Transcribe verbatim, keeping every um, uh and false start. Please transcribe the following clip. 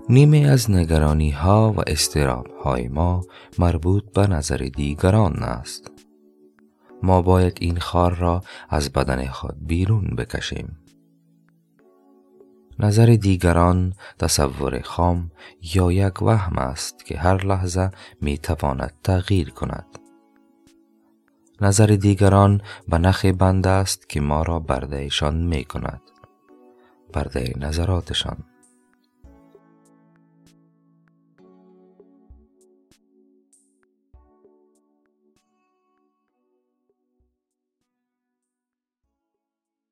نیمی از نگرانی ها و اضطراب های ما مربوط به نظر دیگران است. ما باید این خار را از بدن خود بیرون بکشیم. نظر دیگران تصور خام یا یک وهم است که هر لحظه می تواند تغییر کند. نظر دیگران به نخ بند است که ما را بردهشان می کند، برده نظراتشان.